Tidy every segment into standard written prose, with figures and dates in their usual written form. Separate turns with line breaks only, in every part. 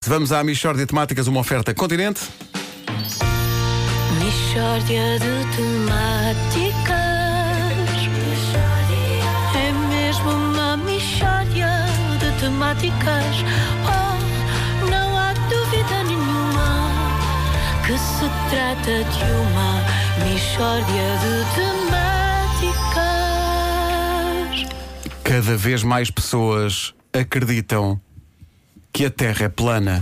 Vamos à Mixórdia de Temáticas, uma oferta Continente.
Mixórdia de temáticas. É mesmo uma mixórdia de temáticas. Oh, não há dúvida nenhuma que se trata de uma mixórdia de temáticas.
Cada vez mais pessoas acreditam que a Terra é plana.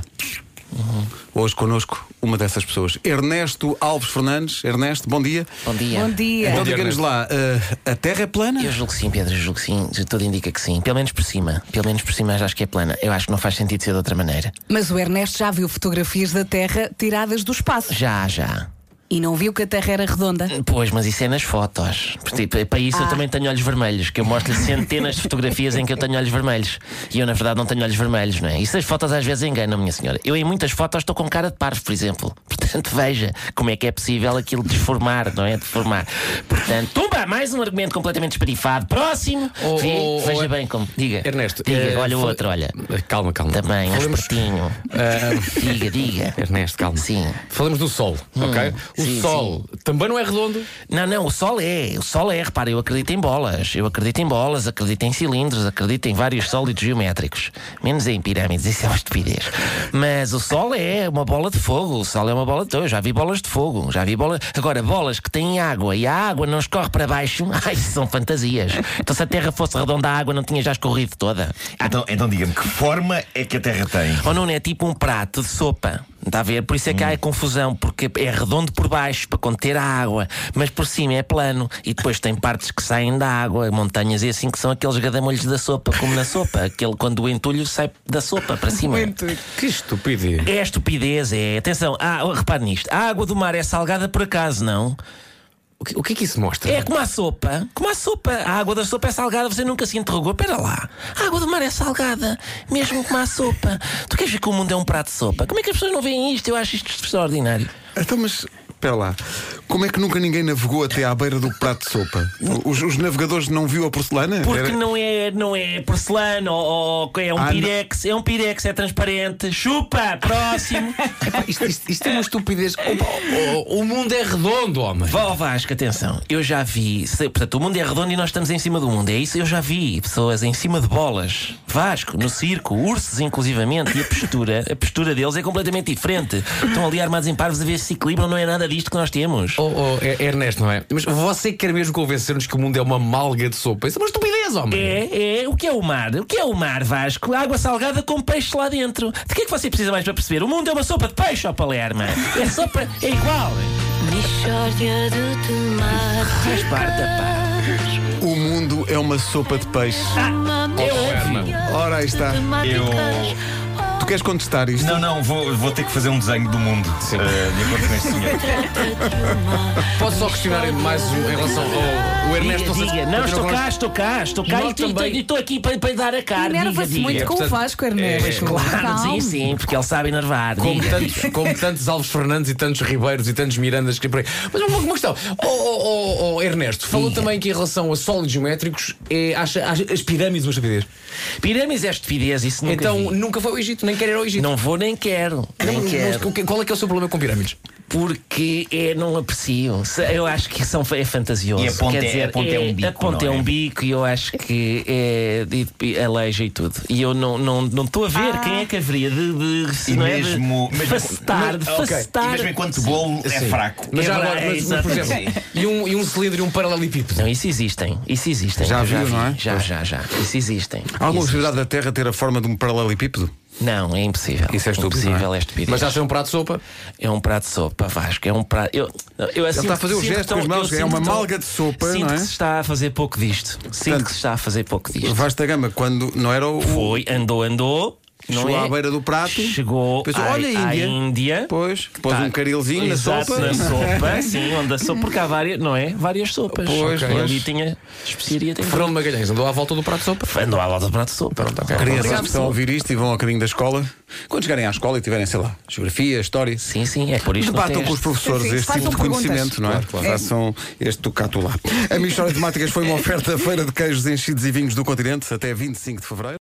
Hoje connosco uma dessas pessoas, Ernesto Alves Fernandes. Ernesto, bom dia.
Bom dia.
Bom dia.
Então diga-nos lá, a Terra é plana?
Eu julgo que sim, Pedro, eu julgo que sim. Tudo indica que sim. Pelo menos por cima. Pelo menos por cima acho que é plana. Eu acho que não faz sentido ser de outra maneira.
Mas o Ernesto já viu fotografias da Terra tiradas do espaço.
Já.
E não viu que a Terra era redonda.
Pois, mas isso é nas fotos. Para isso eu também tenho olhos vermelhos, que eu mostro-lhe centenas de fotografias em que eu tenho olhos vermelhos. E eu, na verdade, não tenho olhos vermelhos, não é? Isso as fotos às vezes enganam, minha senhora. Eu, em muitas fotos, estou com cara de parvo, por exemplo. Portanto, veja como é que é possível aquilo desformar, não é? Deformar. Portanto, tumba! Mais um argumento completamente esparifado. Próximo! Veja bem como. Diga.
Ernesto.
Diga, olha o outro, olha.
Calma.
Também, um espertinho. Diga.
Ernesto, calma.
Sim.
Falamos do Sol, ok? O
sim,
Sol também não é redondo?
Não, o Sol é, repara, eu acredito em bolas, acredito em cilindros, acredito em vários sólidos geométricos, menos em pirâmides, isso é uma estupidez. Mas o Sol é uma bola de fogo, o Sol é uma bola de fogo, eu já vi bolas de fogo, agora bolas que têm água e a água não escorre para baixo, isso são fantasias. Então se a Terra fosse redonda, a água não tinha já escorrido toda.
Então diga-me, que forma é que a Terra tem?
Ou não é tipo um prato de sopa? Está a ver? Por isso é que há a confusão, porque é redondo por baixo para conter a água, mas por cima é plano e depois tem partes que saem da água, montanhas e assim, que são aqueles gadamolhos da sopa, como na sopa, aquele quando o entulho sai da sopa para cima.
Que estupidez.
É estupidez, é. Atenção, repare nisto, a água do mar é salgada por acaso, não?
O que é que isso mostra?
É como a sopa. A água da sopa é salgada, você nunca se interrogou. Espera lá, a água do mar é salgada, mesmo como a sopa. Tu queres ver que o mundo é um prato de sopa? Como é que as pessoas não veem isto? Eu acho isto extraordinário.
Então, mas, espera lá, como é que nunca ninguém navegou até à beira do prato de sopa? Os navegadores não viu a porcelana?
Porque não é porcelana ou é um pirex. É um pirex, é transparente. Chupa, próximo.
Isto é uma estupidez. O mundo é redondo, homem.
Vó Vasco, atenção, eu já vi. Portanto, o mundo é redondo e nós estamos em cima do mundo. É isso, eu já vi pessoas em cima de bolas. Vasco, no circo, ursos inclusivamente. E a postura deles é completamente diferente. Estão ali armados em parvos a ver se equilibram. Não é nada disto que nós temos.
Ernesto, não é? Mas você quer mesmo convencer-nos que o mundo é uma malga de sopa? Isso é uma estupidez, homem.
É. O que é o mar? O que é o mar, Vasco? Água salgada com peixe lá dentro. De que é que você precisa mais para perceber? O mundo é uma sopa de peixe, ó Palerma. É sopa, é igual.
Mixórdia de temáticas.
Esparta, pá.
O mundo é uma sopa de peixe. Ora, aí está. Tu queres contestar isto?
Não, vou ter que fazer um desenho do mundo de acordo com este senhor.
Posso só questionar mais em relação ao Ernesto?
Diga. Não, estou cá e estou aqui para lhe dar a cara.
Enerva-se muito com o Vasco, Ernesto.
Claro, sim, porque ele sabe enervar.
Como tantos Alves Fernandes e tantos Ribeiros e tantos Mirandas que por aí. Mas uma questão. Ernesto, falou também que em relação a sólidos geométricos acha as pirâmides uma estupidez.
Pirâmides é estupidez, isso nunca
Então
vi.
nunca foi ao Egito, nem quer ir ao Egito.
Não vou nem quero.
Qual é que é o seu problema com pirâmides?
Porque não aprecio. Eu acho que é fantasioso.
E a ponta é um bico.
A ponta é um bico e eu acho que é aleija e tudo. E eu não estou a ver quem é que haveria de facetar.
E mesmo enquanto bolo é fraco.
Mas já agora, por exemplo, e um cilindro e um paralelepípedo.
Não, isso existem.
Já viu, não é?
Já. Isso existem.
Há alguma possibilidade da Terra ter a forma de um paralelepípedo?
Não, é impossível.
Isso é estúpido,
impossível,
não é?
É estupidez.
Mas acha um prato de sopa?
É um prato de sopa, Vasco. É um prato. Eu
Ele está a fazer o gesto com as mãos, é uma malga de sopa,
sinto
não é?
que se está a fazer pouco disto.
Vasta Gama, quando não era o.
Foi, andou.
Chegou à beira do prato.
Chegou
pensou, olha a
Índia.
Pois, pôs um carilzinho na sopa.
Na sopa, sim, onde a sopa, porque há várias, não é? Várias sopas.
Pois.
Ali tinha especiaria.
Fernando Magalhães andou à volta do prato de sopa?
Andou à volta do prato de sopa.
Crianças que estão a ouvir isto e vão ao caminho da escola, quando chegarem à escola e tiverem, sei lá, geografia, história,
Sim, é por isto que
debatam com os professores
Sim,
este tipo de
façam
conhecimento,
perguntas.
não é?
Claro.
Façam este tocato lá. A Mixórdia de Temáticas foi uma oferta Feira de Queijos Enchidos e Vinhos do Continente até 25 de fevereiro.